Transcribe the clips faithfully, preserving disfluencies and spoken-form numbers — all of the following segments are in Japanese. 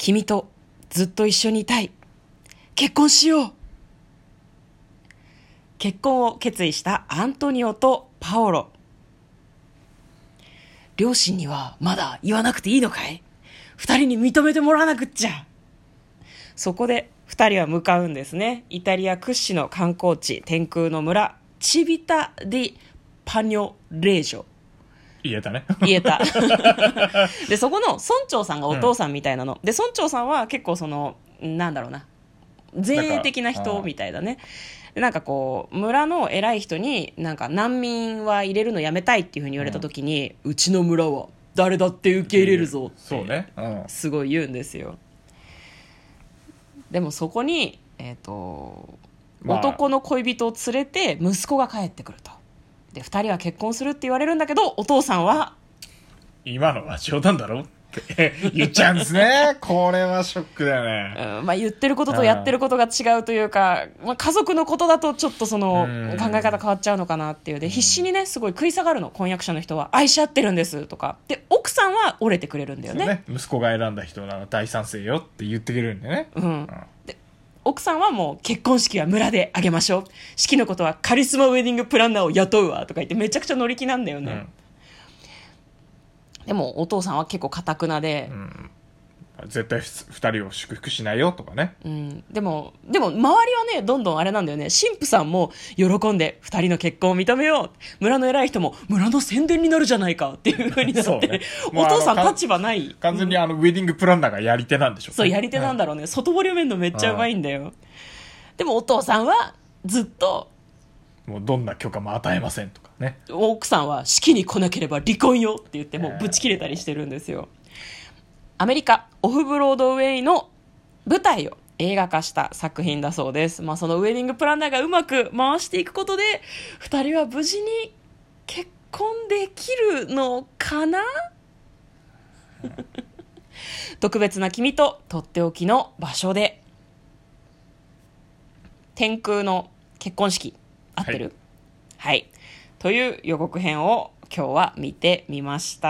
君とずっと一緒にいたい。結婚しよう。結婚を決意したアントニオとパオロ。両親にはまだ言わなくていいのかい？二人に認めてもらわなくっちゃ。そこで二人は向かうんですね。イタリア屈指の観光地、天空の村、チビタ・ディ・パニョレージョ。 言えたね。 言えた。で、そこの村長さんがお父さんみたいなの。うん、で、村長さんは結構その、なんだろうな、前衛的な人みたいだね。でなんかこう村の偉い人になんか難民は入れるのやめたいっていうふうに言われた時に、うん、うちの村は誰だって受け入れるぞってすごい言うんですよ。でもそこに、えーとまあ、男の恋人を連れて息子が帰ってくると。でふたりは結婚するって言われるんだけど、お父さんは今のは冗談だろって言っちゃうんですね。これはショックだよね。 うん、まあ、言ってることとやってることが違うというか、まあ、家族のことだとちょっとその考え方変わっちゃうのかなっていう。で必死にねすごい食い下がるの、婚約者の人は。愛し合ってるんですとかで、奥さんは折れてくれるんだよ ね, ね息子が選んだ人なら大賛成よって言ってくれるんだよね、 うんうん、で奥さんはもう結婚式は村で挙げましょう、式のことはカリスマウェディングプランナーを雇うわとか言ってめちゃくちゃ乗り気なんだよね、うん、でもお父さんは結構堅くなで、うん、 絶対ふたりを祝福しないよとかね、 うん、でもでも周りはねどんどんあれなんだよね。神父さんも喜んでふたりの結婚を認めよう、村の偉い人も村の宣伝になるじゃないかっていう風になって、ね、お父さん立場ない。 完全にあのウェディングプランナーがやり手なんでしょう、ね、 そうやり手なんだろうね、うん、外堀を面倒めっちゃうまいんだよ。でもお父さんはずっともうどんな許可も与えませんとかね、 奥さんは式に来なければ離婚よって言ってもうブチ切れたりしてるんですよ。アメリカオフブロードウェイの舞台を映画化した作品だそうです。まあ、そのウェディングプランナーがうまく回していくことでふたりは無事に結婚できるのかな。特別な君ととっておきの場所で、天空の結婚式合ってる？はい、はい、という予告編を今日は見てみました。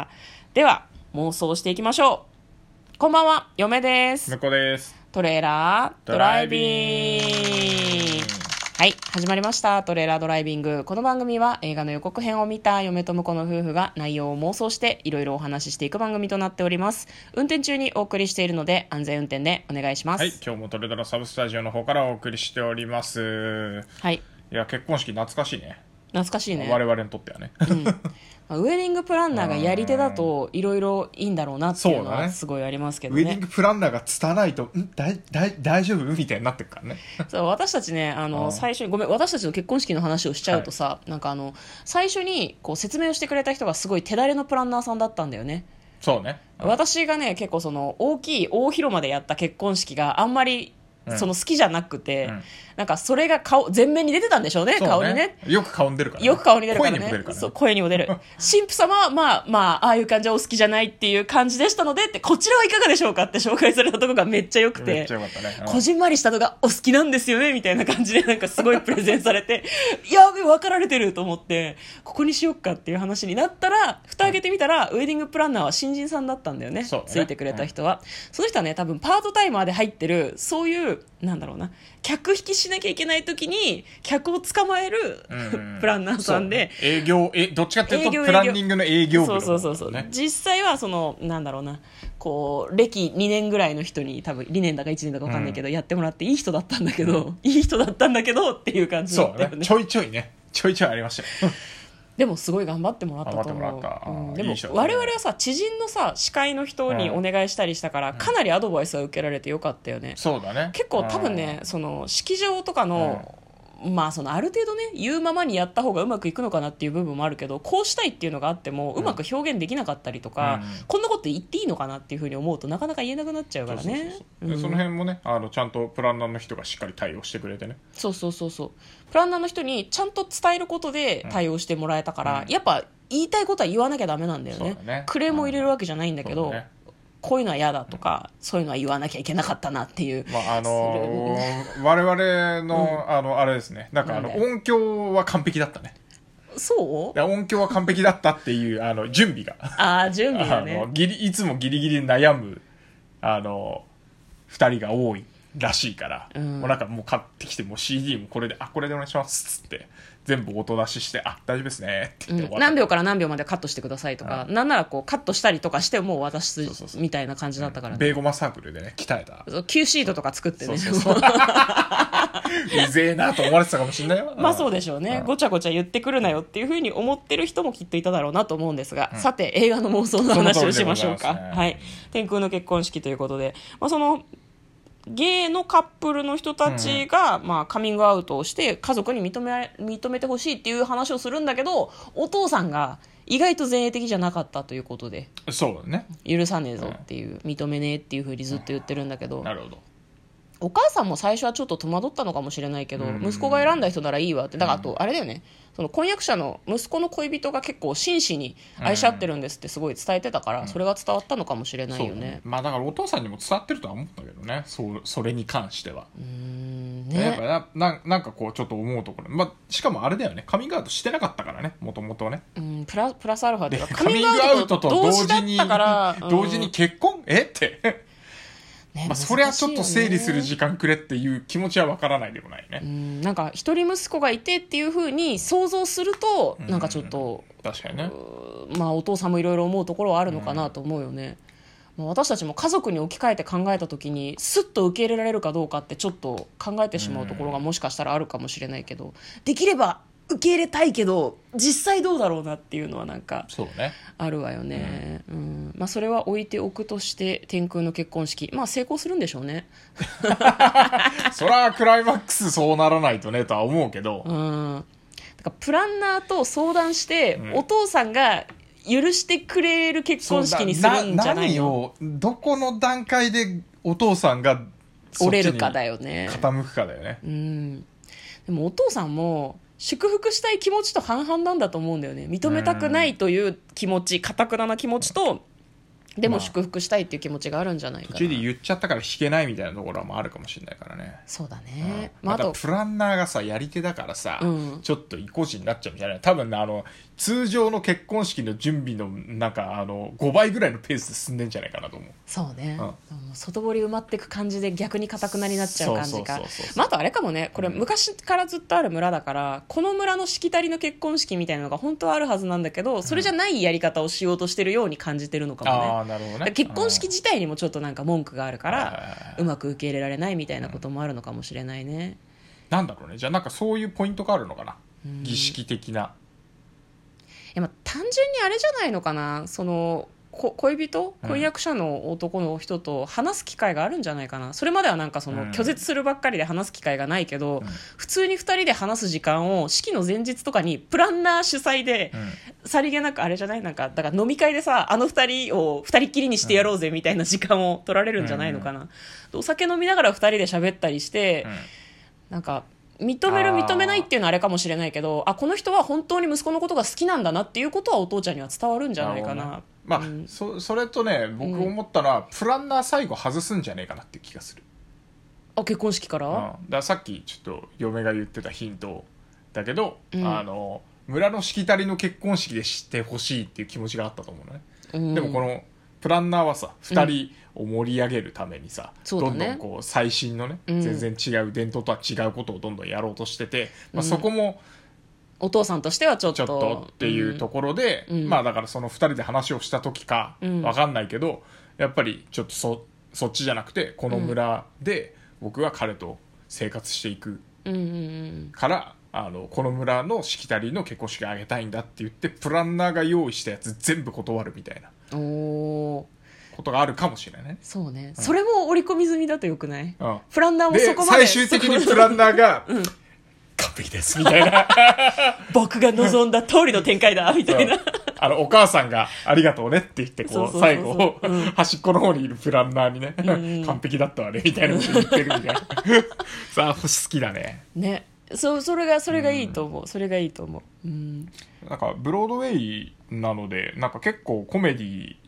では妄想していきましょう。こんばんは、嫁です。 向こうです。 トレーラードライビング。はい、始まりましたトレーラードライビング。この番組は映画の予告編を見た嫁と婿の夫婦が内容を妄想していろいろお話ししていく番組となっております。運転中にお送りしているので安全運転でお願いします。 はい、今日もトレドラサブスタジオの方からお送りしております。はい。いや、結婚式懐かしいね。 懐かしいね。 我々にとってはね、うんウェディングプランナーがやり手だといろいろいいんだろうなっていうのはすごいありますけどね。 ウェディングプランナーが拙いとんだいだい大丈夫みたいになってるからね。 そう私たちねあの最初にごめん私たちの結婚式の話をしちゃうとさ、はい、なんかあの最初にこう説明をしてくれた人がすごい手だれのプランナーさんだったんだよね。 そうね、 うん、私がね結構その大きい大広間でやった結婚式があんまりその好きじゃなくて、うん、なんかそれが顔前面に出てたんでしょう ね, うね顔にね。 よく顔に出るから、ね、 よく顔に出るからね。 声にも出るからね。 そう声にも出る神父様はまあまあああいう感じはお好きじゃないっていう感じでしたのでってこちらはいかがでしょうかって紹介されたとこがめっちゃ良くてめっちゃ良かったね、うん、 こじんまりしたのがお好きなんですよねみたいな感じでなんかすごいプレゼンされてやべ分かられてると思ってここにしよっかっていう話になったら蓋開けてみたら、うん、ウェディングプランナーは新人さんだったんだよ ね, ねついてくれた人は、うん、その人はね多分パートタイマーで入ってるそういうなんだろうな客引きしなきゃいけない時に客を捕まえる、うん、プランナーさんで、ね、 営業えどっちかっていうとプランニングの営業部の、ね、 そうそうそうそう実際はそのなんだろうなこう歴にねんぐらいの人に多分にねんだかいちねんだか分かんないけど、うん、やってもらっていい人だったんだけど、うん、いい人だったんだけどっていう感じだったよね。 そうねちょいちょいねちょいちょいありましたよでもすごい頑張ってもらったと思う、うん、でも我々はさ知人のさ司会の人にお願いしたりしたから、うん、かなりアドバイスは受けられてよかったよね。 そうだね結構多分ねその式場とかの、うん、まあそのある程度ね言うままにやった方がうまくいくのかなっていう部分もあるけどこうしたいっていうのがあってもうまく表現できなかったりとか、うん、こんなこと言っていいのかなっていうふうに思うとなかなか言えなくなっちゃうからね。 その辺もねあのちゃんとプランナーの人がしっかり対応してくれてね。 そうそうそうそうプランナーの人にちゃんと伝えることで対応してもらえたから、うん、やっぱ言いたいことは言わなきゃダメなんだよ ね, ねクレームを入れるわけじゃないんだけど、ね、こういうのは嫌だとか、うん、そういうのは言わなきゃいけなかったなっていう、 まああのー、我々の、うん、あのあれですねなんかあの音響は完璧だったね。 そう音響は完璧だったっていうあの準備があ準備がねあのギリいつもギリギリ悩むあのふたりが多いらしいから、 うん、 もうなんかもう買ってきてもう シーディー もこれであこれでお願いしますっつって全部音出ししてあ大丈夫ですねって言って終わった、 うん、何秒から何秒までカットしてくださいとか、うん、なんならこうカットしたりとかしてもう渡すみたいな感じだったから、ね、 ベーゴマサークルでね鍛えた Q シートとか作ってねそうそうそううぜえなと思われてたかもしれないよまあそうでしょうね、うん、ごちゃごちゃ言ってくるなよっていうふうに思ってる人もきっといただろうなと思うんですが、うん、さて映画の妄想の話をしましょうか、ね、はい、天空の結婚式ということで、まあ、そのゲイのカップルの人たちが、まあ、カミングアウトをして家族に認め、認めてほしいっていう話をするんだけど、お父さんが意外と前衛的じゃなかったということで、 そうだね、 許さねえぞっていう、認めねえっていうふうにずっと言ってるんだけど、 なるほど。 お母さんも最初はちょっと戸惑ったのかもしれないけど、息子が選んだ人ならいいわって。だからあとあれだよね、その婚約者の息子の恋人が結構真摯に愛し合ってるんですってすごい伝えてたから、うん、それが伝わったのかもしれないよね。 まあだからお父さんにも伝わってるとは思ったけどね、そ, それに関しては。 うーんね、 やっぱ な, な, なんかこうちょっと思うところ、まあ、しかもあれだよね、カミングアウトしてなかったからね、もともとね、 うん、プラプラスアルファでカミングアウトと同時にから、 うん、同時に結婚えってね、まあ、それはちょっと整理する時間くれっていう気持ちはわからないでもないね。 うん、なんか一人息子がいてっていう風に想像すると、なんかちょっと、 うん、確かにね、 まあ、お父さんもいろいろ思うところはあるのかなと思うよね、うん、まあ、私たちも家族に置き換えて考えた時にスッと受け入れられるかどうかってちょっと考えてしまうところがもしかしたらあるかもしれないけど、できれば受け入れたいけど実際どうだろうなっていうのはなんかそうね、 あるわよね、うんうん、まあ、それは置いておくとして天空の結婚式、まあ成功するんでしょうねそりゃクライマックスそうならないとねとは思うけど、 うん、だからプランナーと相談して、うん、お父さんが許してくれる結婚式にするんじゃないの。 何をどこの段階でお父さんが折れるかだよね、 傾くかだよね、 うん、でもお父さんも祝福したい気持ちと半々なんだと思うんだよね。認めたくないという気持ち、堅くなな気持ちと、でも祝福したいっていう気持ちがあるんじゃないかな、 途中で言っちゃったから弾けないみたいなところもあるかもしれないからね。 そうだね、 うん、またプランナーがさやり手だからさ、うん、ちょっと意固地になっちゃうみたいな。多分ね、あの通常の結婚式の準備のなんかあのごばいぐらいのペースで進んでんじゃないかなと思う。 そうね、うん、外堀埋まっていく感じで逆に堅くなりなっちゃう感じか。あとあれかもね、これ昔からずっとある村だから、うん、この村のしきたりの結婚式みたいなのが本当はあるはずなんだけど、それじゃないやり方をしようとしてるように感じてるのかもね。 あ、なるほどね。 結婚式自体にもちょっとなんか文句があるからうまく受け入れられないみたいなこともあるのかもしれないね、 うん、なんだろうね。じゃあなんかそういうポイントがあるのかな、儀式的な。 いや、まあ単純にあれじゃないのかな、そのこ恋人婚約者の男の人と話す機会があるんじゃないかな。それまではなんかその拒絶するばっかりで話す機会がないけど、うん、普通にふたりで話す時間を式の前日とかにプランナー主催で、うん、さりげなくあれじゃない、なんかだから飲み会でさ、あのふたりをふたりっきりにしてやろうぜみたいな時間を取られるんじゃないのかな、うんうん、お酒飲みながらふたりで喋ったりして、うん、なんか認める認めないっていうのはあれかもしれないけど、あこの人は本当に息子のことが好きなんだなっていうことはお父ちゃんには伝わるんじゃないかな。 まあ、うん、そ, それとね、僕思ったのは、うん、プランナー最後外すんじゃねえかなっていう気がする。 あ、結婚式から、うん、だからさっきちょっと嫁が言ってたヒントだけど、うん、あの村のしきたりの結婚式で知ってほしいっていう気持ちがあったと思うのね、うん、でもこのプランナーはさふたりを盛り上げるためにさ、うん、どんどんこう最新のね、うん、全然違う伝統とは違うことをどんどんやろうとしてて、まあ、そこも、 お父さんとしてはちょっとちょっとっていうところで、うん、まあだからそのふたりで話をした時かわかんないけど、うん、やっぱりちょっと そ, そっちじゃなくてこの村で僕は彼と生活していくから、うんうんうん、あのこの村のしきたりの結婚式をあげたいんだって言ってプランナーが用意したやつ全部断るみたいなおことがあるかもしれないね。 そうね、うん、それも織り込み済みだとよくない、うん、プランナーもそこまで最終的にプランナーが、うん完璧ですみたいな僕が望んだ通りの展開だみたいなあのお母さんがありがとうねって言ってこう最後、うん、端っこの方にいるプランナーにね、うん、完璧だったわねみたいなこと言ってるみたいなさあ好きだね。 ね、そ, それがそれがいいと思う、うん、それがいいと思う、うん、 なんかブロードウェイなのでなんか結構コメディ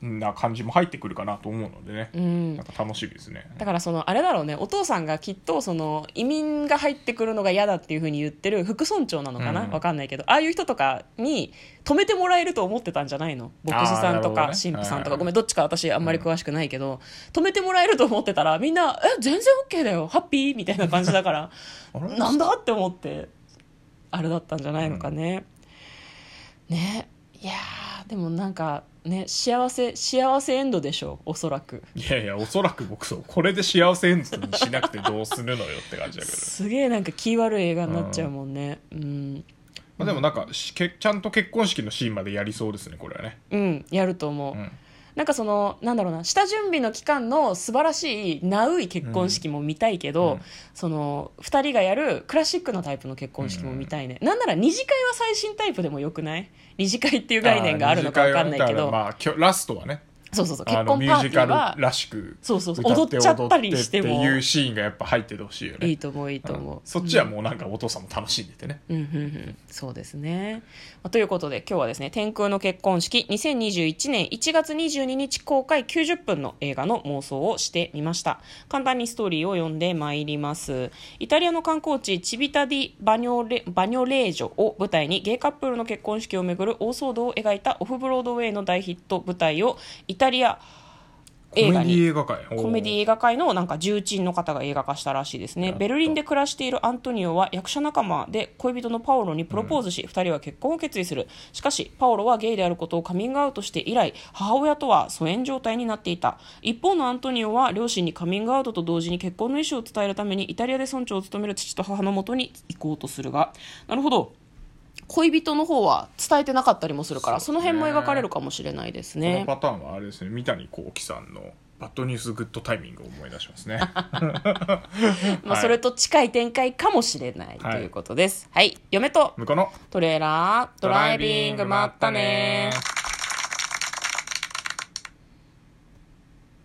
な感じも入ってくるかなと思うのでね、 うん、 なんか楽しみですね。 だからそのあれだろうね、お父さんがきっとその移民が入ってくるのが嫌だっていう風に言ってる副村長なのかな、うん、わかんないけど、ああいう人とかに止めてもらえると思ってたんじゃないの、牧師さんとか神父さんとか、ごめんどっちか私あんまり詳しくないけど、うん、止めてもらえると思ってたらみんなえ全然 OK だよハッピーみたいな感じだからなんだって思ってあれだったんじゃないのかね、うん、ね。いやーでもなんかね、幸せ幸せエンドでしょおそらく。 いやいやおそらく僕そうこれで幸せエンドにしなくてどうするのよって感じだけどすげえなんか気悪い映画になっちゃうもんね、うん、うん、 まあ、でもなんかけちゃんと結婚式のシーンまでやりそうですねこれはね。 うんやると思う、うん、なんかそのなんだろうな、下準備の期間の素晴らしいナウい結婚式も見たいけど、うん、そのふたりがやるクラシックなタイプの結婚式も見たいね、うん、なんなら二次会は最新タイプでもよくない？二次会っていう概念があるのか分かんないけど、 まあ、ラストはねそうそうそう結婚パーティーはミュージカルらしくそうそうそう踊っちゃったりしてもっていうシーンがやっぱ入っててほしいよね。 いいと思ういいと思う、うん、 そっちはもうなんかお父さんも楽しんでてね、 うんうんうん、そうですね、まあ、ということで今日はですね天空の結婚式にせんにじゅういちねんいちがつにじゅうににち公開きゅうじゅっぷんの映画の妄想をしてみました。簡単にストーリーを読んでまいります。イタリアの観光地チビタディバニョレバニョレージョを舞台にゲイカップルの結婚式をめぐる大騒動を描いたオフブロードウェイの大ヒット舞台をイタリア映画にコメディ映画界のなんか重鎮の方が映画化したらしいですね。ベルリンで暮らしているアントニオは役者仲間で恋人のパオロにプロポーズし、うん、ふたりは結婚を決意する。しかしパオロはゲイであることをカミングアウトして以来母親とは疎遠状態になっていた。一方のアントニオは両親にカミングアウトと同時に結婚の意思を伝えるためにイタリアで村長を務める父と母のもとに行こうとするが、なるほど恋人の方は伝えてなかったりもするから そ,、ね、その辺も描かれるかもしれないですね。 このパターンはあれですね、三谷幸喜さんのバッドニュースグッドタイミングを思い出しますねまあそれと近い展開かもしれない、はい、ということです。はい、嫁と向こうのトレーラードライビングまったね。